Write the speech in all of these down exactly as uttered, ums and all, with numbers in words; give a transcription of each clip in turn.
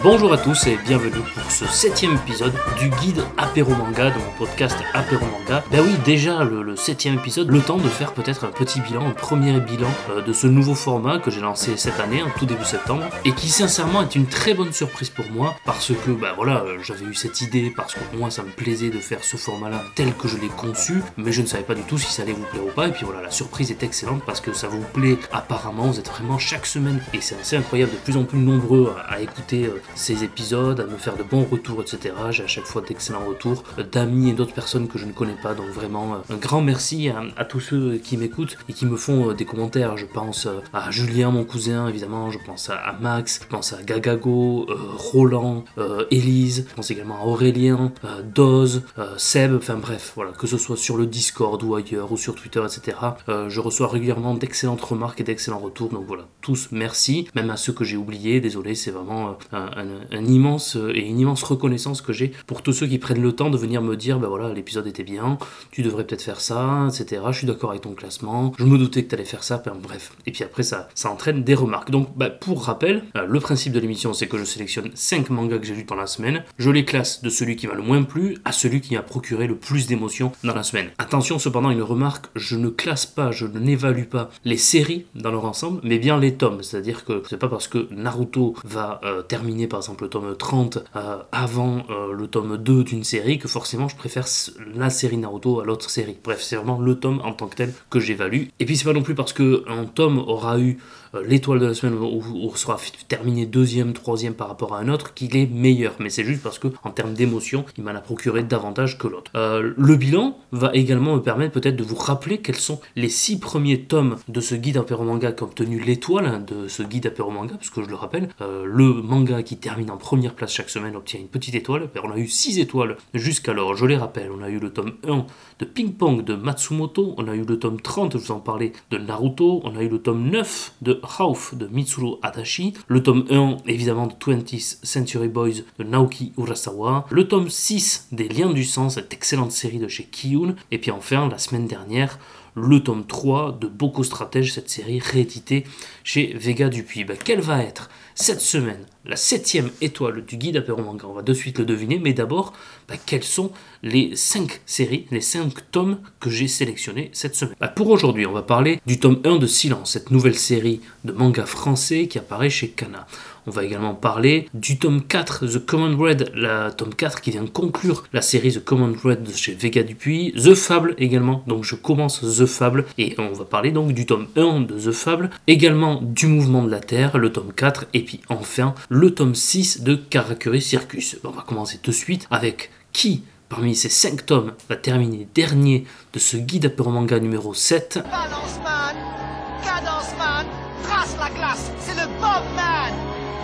Bonjour à tous et bienvenue pour ce septième épisode du guide Apéro Manga de mon podcast Apéro Manga. Ben oui, déjà le, le septième épisode, le temps de faire peut-être un petit bilan, un premier bilan euh, de ce nouveau format que j'ai lancé cette année, en tout début septembre, et qui sincèrement est une très bonne surprise pour moi, parce que ben voilà, euh, j'avais eu cette idée, parce que moi ça me plaisait de faire ce format-là tel que je l'ai conçu, mais je ne savais pas du tout si ça allait vous plaire ou pas, et puis voilà, la surprise est excellente parce que ça vous plaît apparemment, vous êtes vraiment chaque semaine, et c'est assez incroyable, de plus en plus nombreux à, à écouter euh, ces épisodes, à me faire de bons retours, et cetera. J'ai à chaque fois d'excellents retours euh, d'amis et d'autres personnes que je ne connais pas, donc vraiment euh, un grand merci à, à tous ceux qui m'écoutent et qui me font euh, des commentaires. Je pense euh, à Julien, mon cousin, évidemment, je pense à, à Max, je pense à Gagago, euh, Roland, euh, Élise, je pense également à Aurélien, euh, Doz, euh, Seb, enfin bref, voilà, que ce soit sur le Discord ou ailleurs, ou sur Twitter, et cetera. Euh, je reçois régulièrement d'excellentes remarques et d'excellents retours, donc voilà, tous merci, même à ceux que j'ai oubliés, désolé, c'est vraiment euh, un, un, un immense et une immense reconnaissance que j'ai pour tous ceux qui prennent le temps de venir me dire, ben voilà, l'épisode était bien, tu devrais peut-être faire ça, et cetera. Je suis d'accord avec ton classement, je me doutais que tu allais faire ça, ben, bref. Et puis après, ça, ça entraîne des remarques. Donc, ben, pour rappel, euh, le principe de l'émission, c'est que je sélectionne cinq mangas que j'ai lus dans la semaine, je les classe de celui qui m'a le moins plu à celui qui m'a procuré le plus d'émotions dans la semaine. Attention, cependant, une remarque, je ne classe pas, je n'évalue pas les séries dans leur ensemble, mais bien les tomes. C'est-à-dire que c'est pas parce que Naruto va euh, terminer, par exemple, le tome trente euh, avant euh, le tome deux d'une série que forcément je préfère la série Naruto à l'autre série. Bref, c'est vraiment le tome en tant que tel que j'évalue. Et puis c'est pas non plus parce qu'un tome aura eu euh, l'étoile de la semaine ou, ou sera terminé deuxième, troisième par rapport à un autre qu'il est meilleur. Mais c'est juste parce que en termes d'émotion, il m'en a procuré davantage que l'autre. Euh, le bilan va également me permettre peut-être de vous rappeler quels sont les six premiers tomes de ce guide Apéro Manga qui ont obtenu l'étoile hein, de ce guide Apéro Manga, parce que je le rappelle, euh, le manga qui termine en première place chaque semaine obtient une petite étoile. On a eu six étoiles jusqu'alors, je les rappelle. On a eu le tome un de Ping Pong de Matsumoto, on a eu le tome trente, je vous en parlais, de Naruto, on a eu le tome neuf de Rauf de Mitsuru Adachi, le tome un évidemment de twentieth Century Boys de Naoki Urasawa, le tome six des Liens du Sang, cette excellente série de chez Kiyun, et puis enfin la semaine dernière le tome trois de Boko Stratège, cette série rééditée chez Vega Dupuis. Ben, quelle va être cette semaine la septième étoile du guide Apéro Manga? On va de suite le deviner, mais d'abord, ben, quelles sont les cinq séries, les cinq tomes que j'ai sélectionnés cette semaine? Ben, pour aujourd'hui, on va parler du tome un de Silence, cette nouvelle série de manga français qui apparaît chez Kana. On va également parler du tome quatre, The Common Red, la tome quatre qui vient conclure la série The Common Red de chez Vega Dupuis, The Fable également, donc je commence The Fable, et on va parler donc du tome un de The Fable, également du Mouvement de la Terre, le tome quatre, et puis enfin le tome six de Karakuri Circus. On va commencer tout de suite avec qui parmi ces cinq tomes va terminer dernier de ce guide Apéro Manga numéro sept. Balance man, cadence man, trace la classe, c'est le Bob man.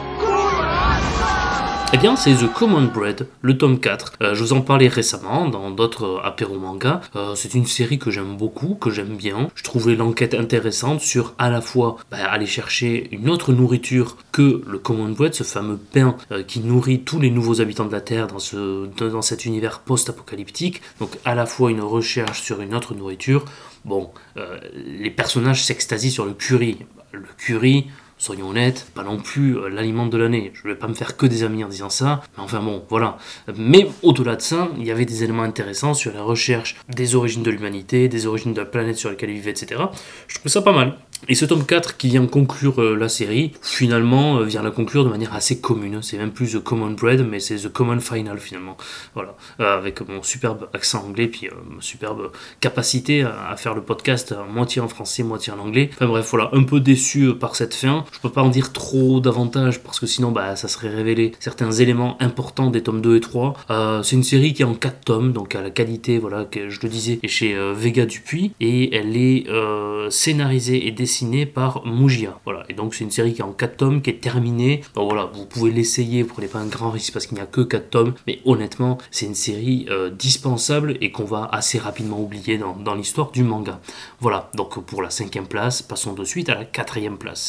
Eh bien, c'est The Common Bread, le tome quatre. Euh, je vous en parlais récemment dans d'autres euh, apéro manga. Euh, c'est une série que j'aime beaucoup, que j'aime bien. Je trouvais l'enquête intéressante sur à la fois bah, aller chercher une autre nourriture que le Common Bread, ce fameux pain euh, qui nourrit tous les nouveaux habitants de la Terre dans, ce, dans cet univers post-apocalyptique. Donc à la fois une recherche sur une autre nourriture. Bon, euh, les personnages s'extasient sur le curry. Le curry... Soyons honnêtes, pas non plus euh, l'aliment de l'année. Je vais pas me faire que des amis en disant ça, mais enfin bon, voilà. Mais au-delà de ça, il y avait des éléments intéressants sur la recherche des origines de l'humanité, des origines de la planète sur laquelle ils vivaient, et cetera. Je trouve ça pas mal. Et ce tome quatre qui vient conclure euh, la série, finalement euh, vient la conclure de manière assez commune. C'est même plus The Common Bread, mais c'est The Common Final finalement. Voilà, euh, avec mon superbe accent anglais, puis euh, ma superbe capacité à, à faire le podcast à moitié en français, moitié en anglais. Enfin bref, voilà, un peu déçu euh, par cette fin. Je peux pas en dire trop davantage parce que sinon bah, ça serait révéler certains éléments importants des tomes deux et trois. Euh, c'est une série qui est en quatre tomes, donc à la qualité, voilà, que je le disais, est chez euh, Vega Dupuis, et elle est euh, scénarisée et dessinée par Mugia. Voilà, et donc c'est une série qui est en quatre tomes, qui est terminée. Donc voilà, vous pouvez l'essayer, vous prenez pas un grand risque parce qu'il n'y a que quatre tomes, mais honnêtement, c'est une série euh, dispensable et qu'on va assez rapidement oublier dans, dans l'histoire du manga. Voilà, donc pour la cinquième place, passons de suite à la quatrième place. Alors si je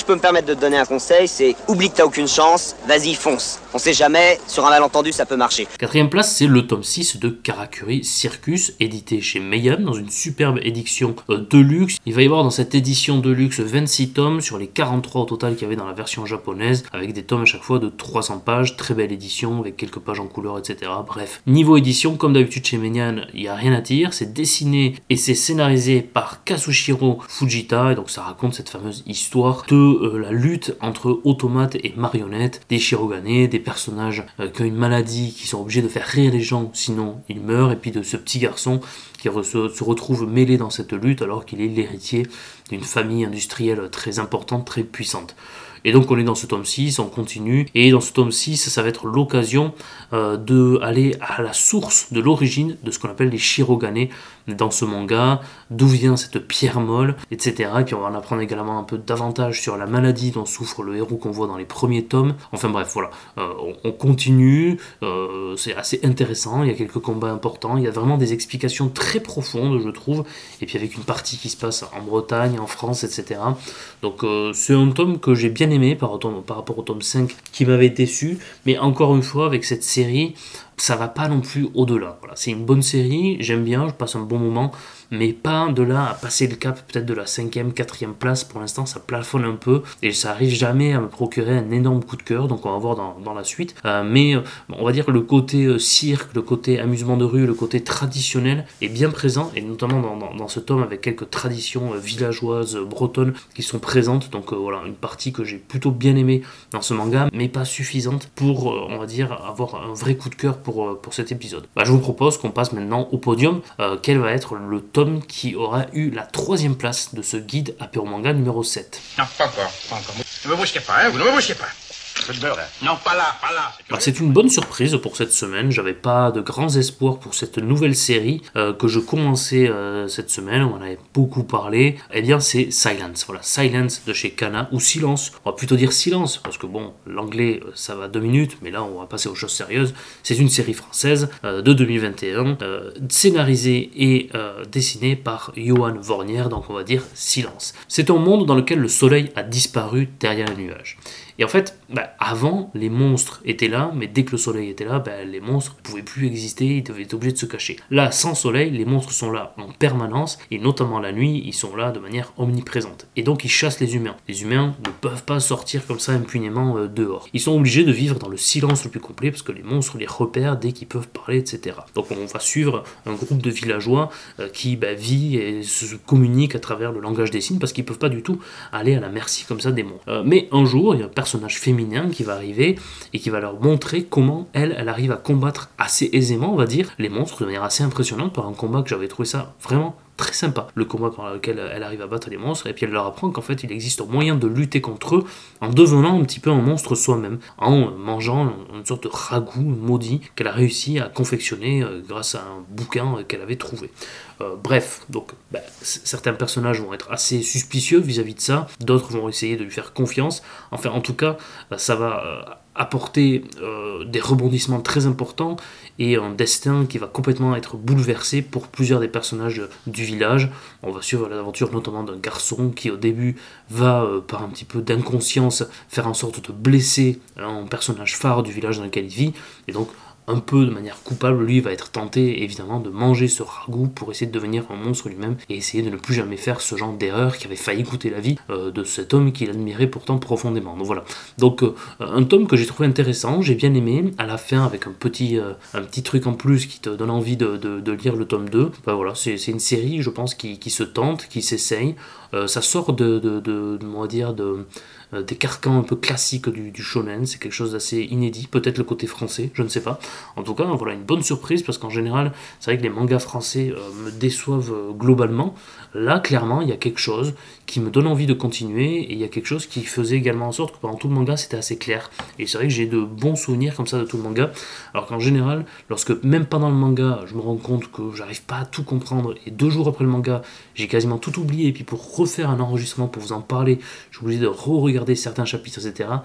je peux me permettre de te donner un conseil, c'est oublie que t'as aucune chance, vas-y fonce. On sait jamais, sur un malentendu ça peut marcher. Quatrième place, c'est le tome six de Karakuri Circus, édité chez Meian, dans une superbe édition euh, de luxe. Il va y avoir dans cette édition de luxe vingt-six tomes sur les quarante-trois au total qu'il y avait dans la version japonaise, avec des tomes à chaque fois de trois cents pages, très belle édition, avec quelques pages en couleur, et cetera. Bref, niveau édition, comme d'habitude chez Meian, il n'y a rien à dire, c'est dessiné et c'est scénarisé par Kazushiro Fujita, et donc ça raconte cette fameuse histoire de euh, la lutte entre automates et marionnettes, des shirogane, des personnages euh, qui ont une maladie, qui sont obligés de faire rire les gens, sinon ils meurent, et puis de ce petit garçon qui re- se, se retrouve mêlé dans cette lutte alors qu'il est l'héritier d'une famille industrielle très importante, très puissante. Et donc on est dans ce tome six, on continue, et dans ce tome six, ça va être l'occasion euh, d'aller à la source de l'origine de ce qu'on appelle les shirogane dans ce manga, d'où vient cette pierre molle, et cetera. Et puis on va en apprendre également un peu davantage sur la maladie dont souffre le héros qu'on voit dans les premiers tomes. Enfin bref, voilà, euh, on, on continue, euh, c'est assez intéressant, il y a quelques combats importants, il y a vraiment des explications très profondes, je trouve, et puis avec une partie qui se passe en Bretagne, en France, et cetera. Donc euh, c'est un tome que j'ai bien aimé par, par rapport au tome cinq qui m'avait déçu, mais encore une fois, avec cette série, ça va pas non plus au-delà. Voilà, c'est une bonne série, j'aime bien, je passe un bon moment, mais pas de là à passer le cap peut-être de la cinquième, quatrième place. Pour l'instant, ça plafonne un peu et ça arrive jamais à me procurer un énorme coup de cœur, donc on va voir dans, dans la suite. Euh, mais euh, on va dire que le côté euh, cirque, le côté amusement de rue, le côté traditionnel est bien présent, et notamment dans, dans, dans ce tome avec quelques traditions euh, villageoises, euh, bretonnes qui sont présentes. Donc euh, voilà, une partie que j'ai plutôt bien aimée dans ce manga, mais pas suffisante pour, euh, on va dire, avoir un vrai coup de cœur pour, euh, pour cet épisode. Bah, je vous propose qu'on passe maintenant au podium. Euh, quel va être le tome qui aura eu la troisième place de ce guide apéro manga numéro sept. Non, pas encore, pas encore. Ne me brusquez pas, hein, vous ne me brusquez pas. Un peu de beurre, là. Non, pas là, pas là. Alors, c'est une bonne surprise pour cette semaine. J'avais pas de grands espoirs pour cette nouvelle série euh, que je commençais euh, cette semaine. On en avait beaucoup parlé. Eh bien, c'est Silence. Voilà, Silence de chez Kana, ou Silence. On va plutôt dire Silence parce que bon, l'anglais ça va deux minutes, mais là on va passer aux choses sérieuses. C'est une série française euh, de deux mille vingt et un, euh, scénarisée et euh, dessinée par Johan Vornier. Donc on va dire Silence. C'est un monde dans lequel le soleil a disparu derrière les nuages. Et en fait, bah, avant, les monstres étaient là, mais dès que le soleil était là, bah, les monstres ne pouvaient plus exister, ils devaient être obligés de se cacher. Là, sans soleil, les monstres sont là en permanence, et notamment la nuit, ils sont là de manière omniprésente. Et donc, ils chassent les humains. Les humains ne peuvent pas sortir comme ça impunément euh, dehors. Ils sont obligés de vivre dans le silence le plus complet, parce que les monstres les repèrent dès qu'ils peuvent parler, et cetera. Donc, on va suivre un groupe de villageois euh, qui bah, vit et se communique à travers le langage des signes, parce qu'ils ne peuvent pas du tout aller à la merci comme ça des monstres. Euh, mais un jour, il y a un personnage féminin qui va arriver et qui va leur montrer comment elle, elle arrive à combattre assez aisément, on va dire, les monstres de manière assez impressionnante par un combat que j'avais trouvé ça vraiment très sympa, le combat par lequel elle arrive à battre les monstres, et puis elle leur apprend qu'en fait il existe un moyen de lutter contre eux en devenant un petit peu un monstre soi-même, en mangeant une sorte de ragoût maudit qu'elle a réussi à confectionner euh, grâce à un bouquin euh, qu'elle avait trouvé. Euh, bref, donc bah, c- certains personnages vont être assez suspicieux vis-à-vis de ça, d'autres vont essayer de lui faire confiance, enfin en tout cas euh, ça va euh, apporter euh, des rebondissements très importants et un destin qui va complètement être bouleversé pour plusieurs des personnages du village. On va suivre l'aventure notamment d'un garçon qui au début va euh, par un petit peu d'inconscience faire en sorte de blesser un personnage phare du village dans lequel il vit, et donc un peu de manière coupable, lui va être tenté évidemment de manger ce ragoût pour essayer de devenir un monstre lui-même et essayer de ne plus jamais faire ce genre d'erreur qui avait failli coûter la vie euh, de cet homme qu'il admirait pourtant profondément. Donc voilà, donc euh, un tome que j'ai trouvé intéressant, j'ai bien aimé, à la fin avec un petit, euh, un petit truc en plus qui te donne envie de, de, de lire le tome deux. Ben voilà, c'est, c'est une série je pense qui, qui se tente, qui s'essaye, euh, ça sort de, de, de, de, on va dire de des carcans un peu classiques du, du shonen, c'est quelque chose d'assez inédit, peut-être le côté français, je ne sais pas. En tout cas, voilà une bonne surprise, parce qu'en général, c'est vrai que les mangas français euh, me déçoivent euh, globalement. Là, clairement, il y a quelque chose qui me donne envie de continuer, et il y a quelque chose qui faisait également en sorte que pendant tout le manga, c'était assez clair. Et c'est vrai que j'ai de bons souvenirs comme ça de tout le manga, alors qu'en général, lorsque même pendant le manga, je me rends compte que j'arrive pas à tout comprendre, et deux jours après le manga, j'ai quasiment tout oublié, et puis pour refaire un enregistrement, pour vous en parler, je suis obligé de re-regarder certains chapitres, et cetera.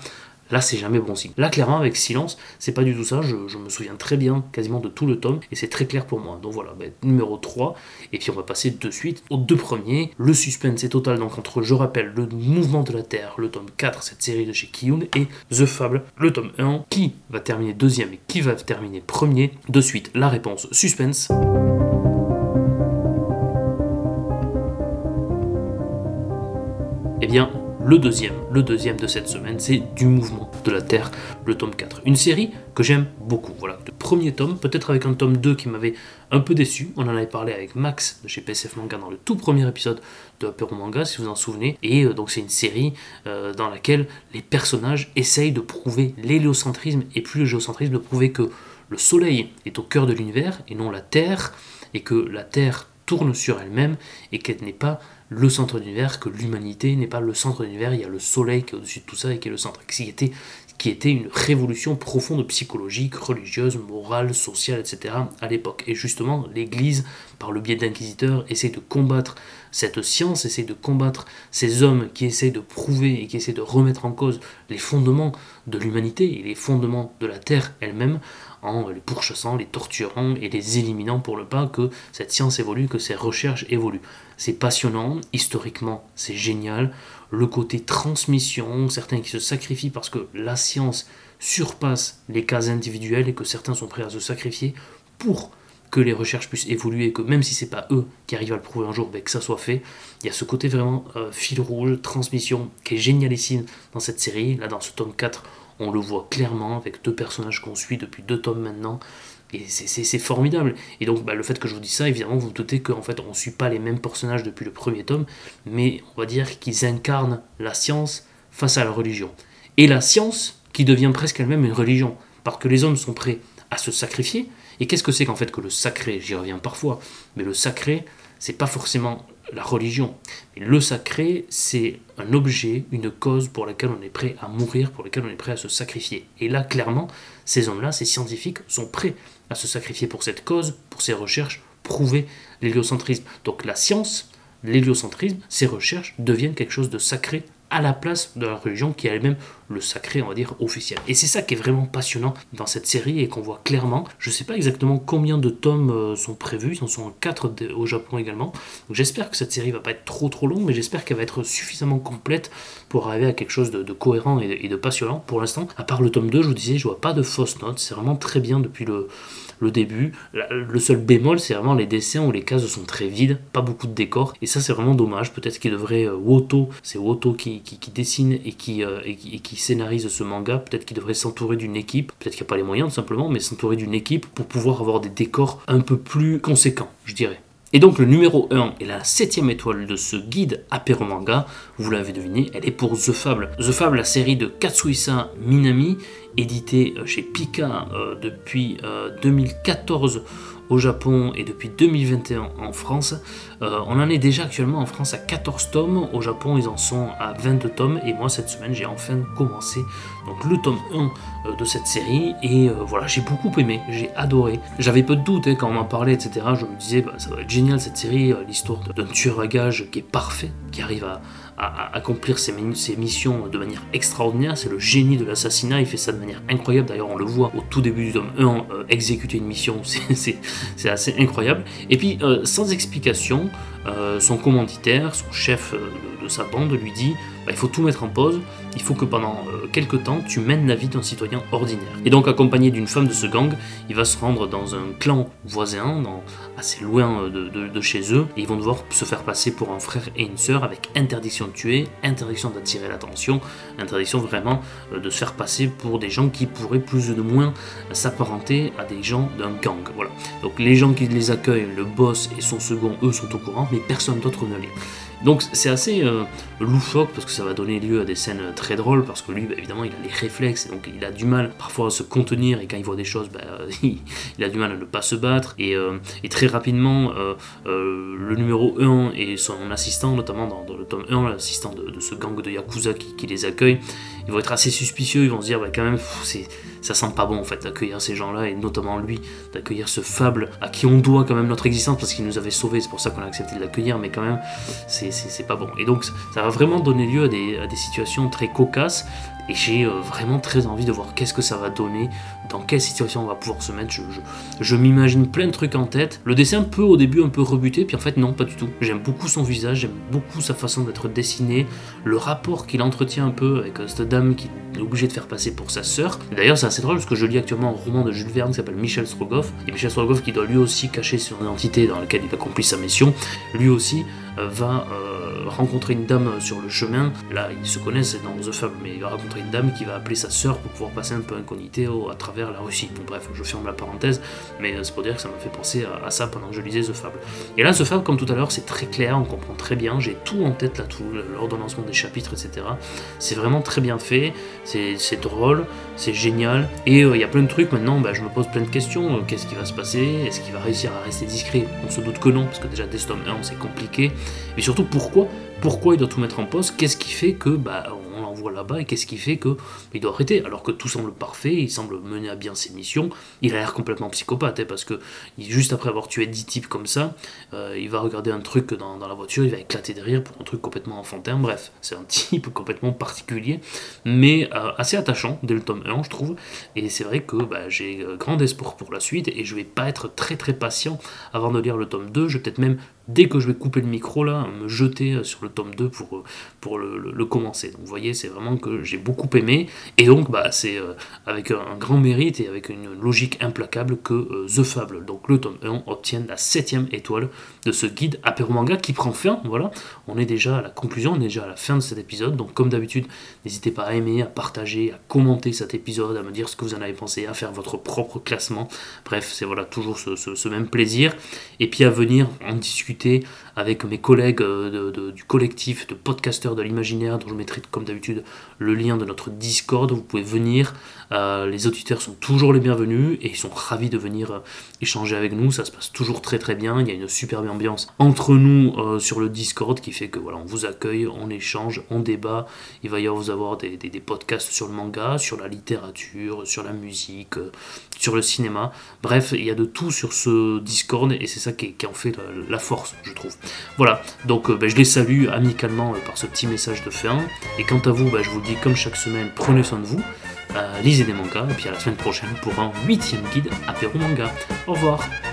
là c'est jamais bon signe. Là clairement avec Silence, c'est pas du tout ça, je, je me souviens très bien quasiment de tout le tome, et c'est très clair pour moi. Donc voilà, ben, numéro trois, et puis on va passer de suite aux deux premiers. Le suspense est total, donc entre, je rappelle, le mouvement de la Terre, le tome quatre, cette série de chez Kiyun, et The Fable, le tome un, qui va terminer deuxième et qui va terminer premier. De suite, la réponse suspense. Eh bien, le deuxième, le deuxième de cette semaine, c'est Du mouvement de la Terre, le tome quatre. Une série que j'aime beaucoup. Voilà, le premier tome, peut-être avec un tome deux qui m'avait un peu déçu. On en avait parlé avec Max de chez P S F Manga dans le tout premier épisode de Apéro Manga, si vous vous en souvenez. Et euh, donc c'est une série euh, dans laquelle les personnages essayent de prouver l'héliocentrisme, et plus le géocentrisme, de prouver que le Soleil est au cœur de l'univers et non la Terre, et que la Terre tourne sur elle-même et qu'elle n'est pas le centre de l'univers, que l'humanité n'est pas le centre de l'univers, il y a le soleil qui est au-dessus de tout ça et qui est le centre, qui était, qui était une révolution profonde psychologique, religieuse, morale, sociale, et cetera à l'époque. Et justement, l'Église, par le biais d'inquisiteurs, essaie de combattre cette science, essaie de combattre ces hommes qui essayent de prouver et qui essayent de remettre en cause les fondements de l'humanité et les fondements de la Terre elle-même, en les pourchassant, les torturant et les éliminant pour le pas que cette science évolue, que ces recherches évoluent. C'est passionnant, historiquement c'est génial, le côté transmission, certains qui se sacrifient parce que la science surpasse les cas individuels et que certains sont prêts à se sacrifier pour que les recherches puissent évoluer et que même si c'est pas eux qui arrivent à le prouver un jour, ben que ça soit fait. Il y a ce côté vraiment euh, fil rouge, transmission, qui est génialissime dans cette série. Là dans ce tome quatre, on le voit clairement avec deux personnages qu'on suit depuis deux tomes maintenant. Et c'est, c'est, c'est formidable. Et donc bah, le fait que je vous dise ça, évidemment, vous vous doutez qu'en fait on ne suit pas les mêmes personnages depuis le premier tome, mais on va dire qu'ils incarnent la science face à la religion. Et la science qui devient presque elle-même une religion, parce que les hommes sont prêts à se sacrifier. Et qu'est-ce que c'est qu'en fait que le sacré ? J'y reviens parfois, mais le sacré, c'est pas forcément la religion. Mais le sacré, c'est un objet, une cause pour laquelle on est prêt à mourir, pour laquelle on est prêt à se sacrifier. Et là, clairement, ces hommes-là, ces scientifiques, sont prêts à se sacrifier pour cette cause, pour ces recherches, prouver l'héliocentrisme. Donc la science, l'héliocentrisme, ces recherches deviennent quelque chose de sacré à la place de la religion qui est elle-même le sacré, on va dire, officiel. Et c'est ça qui est vraiment passionnant dans cette série et qu'on voit clairement. Je ne sais pas exactement combien de tomes euh, sont prévus, ils en sont quatre au Japon également. Donc j'espère que cette série va pas être trop trop longue, mais j'espère qu'elle va être suffisamment complète pour arriver à quelque chose de, de cohérent et de, et de passionnant. Pour l'instant, à part le tome deux, je vous disais, je vois pas de fausses notes, c'est vraiment très bien depuis le... le début. Le seul bémol, c'est vraiment les dessins où les cases sont très vides, pas beaucoup de décors, et ça c'est vraiment dommage. Peut-être qu'il devrait, euh, Woto, c'est Woto qui, qui, qui dessine et qui, euh, et, qui, et qui scénarise ce manga, peut-être qu'il devrait s'entourer d'une équipe, peut-être qu'il n'y a pas les moyens tout simplement, mais s'entourer d'une équipe pour pouvoir avoir des décors un peu plus conséquents, je dirais. Et donc le numéro un et la septième étoile de ce guide Apéro Manga, vous l'avez deviné, elle est pour The Fable. The Fable, la série de Katsuhisa Minami, éditée chez Pika euh, depuis euh, deux mille quatorze au Japon et depuis deux mille vingt et un en France. Euh, on en est déjà actuellement en France à quatorze tomes, au Japon ils en sont à vingt-deux tomes, et moi cette semaine j'ai enfin commencé donc le tome un euh, de cette série, et euh, voilà, j'ai beaucoup aimé, j'ai adoré. J'avais peu de doutes hein, quand on m'en parlait, et cetera. Je me disais bah, ça va être génial cette série, euh, l'histoire d'un tueur à gages qui est parfait, qui arrive à à accomplir ses, ses missions de manière extraordinaire. C'est le génie de l'assassinat, il fait ça de manière incroyable. D'ailleurs on le voit au tout début du tome un, euh, exécuter une mission, c'est, c'est, c'est assez incroyable. Et puis euh, sans explication, euh, son commanditaire, son chef euh, de, de sa bande lui dit bah, il faut tout mettre en pause, il faut que pendant euh, quelques temps tu mènes la vie d'un citoyen ordinaire. Et donc accompagné d'une femme de ce gang, il va se rendre dans un clan voisin, dans, assez loin de, de, de chez eux, et ils vont devoir se faire passer pour un frère et une sœur avec interdiction de tuer, interdiction d'attirer l'attention, interdiction vraiment euh, de se faire passer pour des gens qui pourraient plus ou moins s'apparenter à des gens d'un gang. Voilà. Donc les gens qui les accueillent, le boss et son second, eux sont au courant, mais personne d'autre ne l'est. Donc c'est assez euh, loufoque parce que ça va donner lieu à des scènes très drôles, parce que lui bah, évidemment il a les réflexes et donc il a du mal parfois à se contenir, et quand il voit des choses bah, il, il a du mal à ne pas se battre, et, euh, et très rapidement euh, euh, le numéro un et son assistant, notamment dans, dans le tome un, l'assistant de, de ce gang de Yakuza qui, qui les accueille, ils vont être assez suspicieux, ils vont se dire bah, quand même pff, c'est ça sent pas bon en fait d'accueillir ces gens-là, et notamment lui, d'accueillir ce Fable à qui on doit quand même notre existence parce qu'il nous avait sauvés, c'est pour ça qu'on a accepté de l'accueillir, mais quand même c'est, c'est, c'est pas bon. Et donc ça va vraiment donner lieu à des, à des situations très cocasses, et j'ai euh, vraiment très envie de voir qu'est-ce que ça va donner, dans quelle situation on va pouvoir se mettre. Je, je, je m'imagine plein de trucs en tête. Le dessin peut au début un peu rebuté, puis en fait non, pas du tout. J'aime beaucoup son visage, j'aime beaucoup sa façon d'être dessiné, le rapport qu'il entretient un peu avec euh, cette dame qui est obligée de faire passer pour sa sœur. Et d'ailleurs c'est assez drôle parce que je lis actuellement un roman de Jules Verne qui s'appelle Michel Strogoff, et Michel Strogoff qui doit lui aussi cacher son identité dans laquelle il accomplit sa mission, lui aussi euh, va euh, rencontrer une dame sur le chemin. Là ils se connaissent dans The Fable, mais il va rencontrer une dame qui va appeler sa sœur pour pouvoir passer un peu incognito à travers la Russie. Donc bref, je ferme la parenthèse, mais c'est pour dire que ça m'a fait penser à, à ça pendant que je lisais The Fable. Et là, The Fable, comme tout à l'heure, c'est très clair, on comprend très bien, j'ai tout en tête là, tout l'ordonnancement des chapitres, et cetera. C'est vraiment très bien fait, c'est, c'est drôle, c'est génial, et il euh, y a plein de trucs maintenant, bah, je me pose plein de questions, euh, qu'est-ce qui va se passer, est-ce qu'il va réussir à rester discret? On se doute que non, parce que déjà dès ce tome un, c'est compliqué, et surtout pourquoi Pourquoi il doit tout mettre en pause? Qu'est-ce qui fait que bah, on l'envoie là-bas, et qu'est-ce qui fait qu'il doit arrêter alors que tout semble parfait, il semble mener à bien ses missions. Il a l'air complètement psychopathe, hein, parce que juste après avoir tué dix types comme ça, euh, il va regarder un truc dans, dans la voiture, il va éclater de rire pour un truc complètement enfantin. Bref, c'est un type complètement particulier, mais euh, assez attachant dès le tome un, je trouve, et c'est vrai que bah, j'ai grand espoir pour la suite, et je vais pas être très très patient avant de lire le tome deux. Je vais peut-être même, dès que je vais couper le micro là, me jeter sur le tome deux pour, pour le, le, le commencer. Donc vous voyez, c'est vraiment que j'ai beaucoup aimé, et donc bah, c'est euh, avec un, un grand mérite et avec une logique implacable que euh, The Fable, donc le tome un, obtienne la septième étoile de ce guide apéro manga qui prend fin. Voilà, on est déjà à la conclusion, on est déjà à la fin de cet épisode, donc comme d'habitude, n'hésitez pas à aimer, à partager, à commenter cet épisode, à me dire ce que vous en avez pensé, à faire votre propre classement. Bref, c'est voilà toujours ce, ce, ce même plaisir, et puis à venir en discuter avec mes collègues de, de, du collectif de podcasteurs de l'imaginaire, dont je mettrai comme d'habitude le lien de notre Discord. Vous pouvez venir, euh, les auditeurs sont toujours les bienvenus et ils sont ravis de venir euh, échanger avec nous. Ça se passe toujours très très bien, il y a une superbe ambiance entre nous euh, sur le Discord qui fait que voilà, on vous accueille, on échange, on débat. Il va y avoir, vous avoir des, des, des podcasts sur le manga, sur la littérature, sur la musique, euh, sur le cinéma. Bref, il y a de tout sur ce Discord, et c'est ça qui, qui en fait la, la force, je trouve. Voilà, donc euh, ben, je les salue amicalement euh, par ce petit message de fin, et quant à vous, ben, je vous dis comme chaque semaine, prenez soin de vous, euh, lisez des mangas, et puis à la semaine prochaine pour un huitième guide apéro manga. Au revoir.